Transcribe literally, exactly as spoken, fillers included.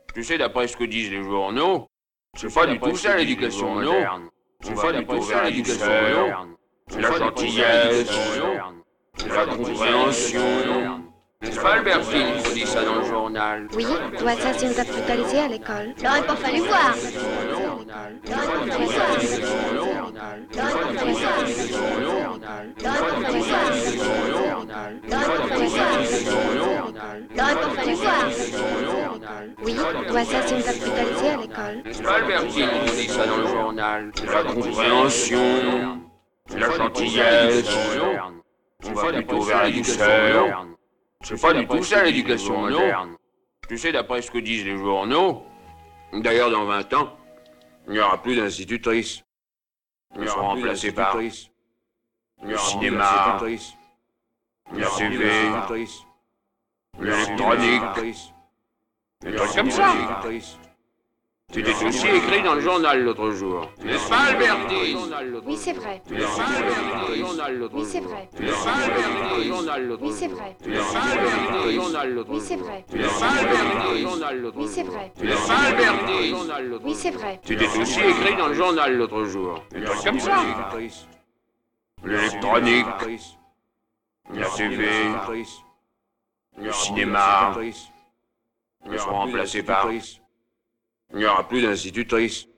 Tu sais, d'après ce que disent les journaux, c'est pas du tout ça l'éducation moderne. C'est pas du tout ça l'éducation moderne. C'est la gentillesse, c'est la compréhension. N'est-ce pas, Albertine, qui dit ça dans le journal? Oui, doit-ça c'est une brutalisée à l'école. L'aurait pas fallu voir. Oui, doit-ça c'est une brutalisée à l'école. N'est-ce pas, Albertine, qui dit ça dans le journal? C'est la compréhension, c'est la gentillesse, on va plutôt vers la douceur. C'est pas du tout ça l'éducation moderne. Tu sais, d'après ce que disent les journaux, d'ailleurs dans vingt ans, il n'y aura plus d'institutrices. Ils seront remplacés par le cinéma, le C V, l'électronique, des trucs comme ça. C'était aussi écrit dans le journal l'autre jour. N'est-ce pas, Albertine? Oui, c'est vrai. N'est-ce pas, Albertine? Oui, c'est vrai. N'est-ce pas, Albertine? Oui, c'est vrai. N'est-ce pas, Albertine? Oui, c'est vrai. N'est-ce pas, Albertine? Oui, c'est vrai. N'est-ce pas, Albertine? Oui, c'est vrai. C'était aussi écrit dans le journal l'autre jour. Des trucs comme ça. L'électronique, le C V, le cinéma, ils seront remplacés par... Il n'y aura plus d'institutrices.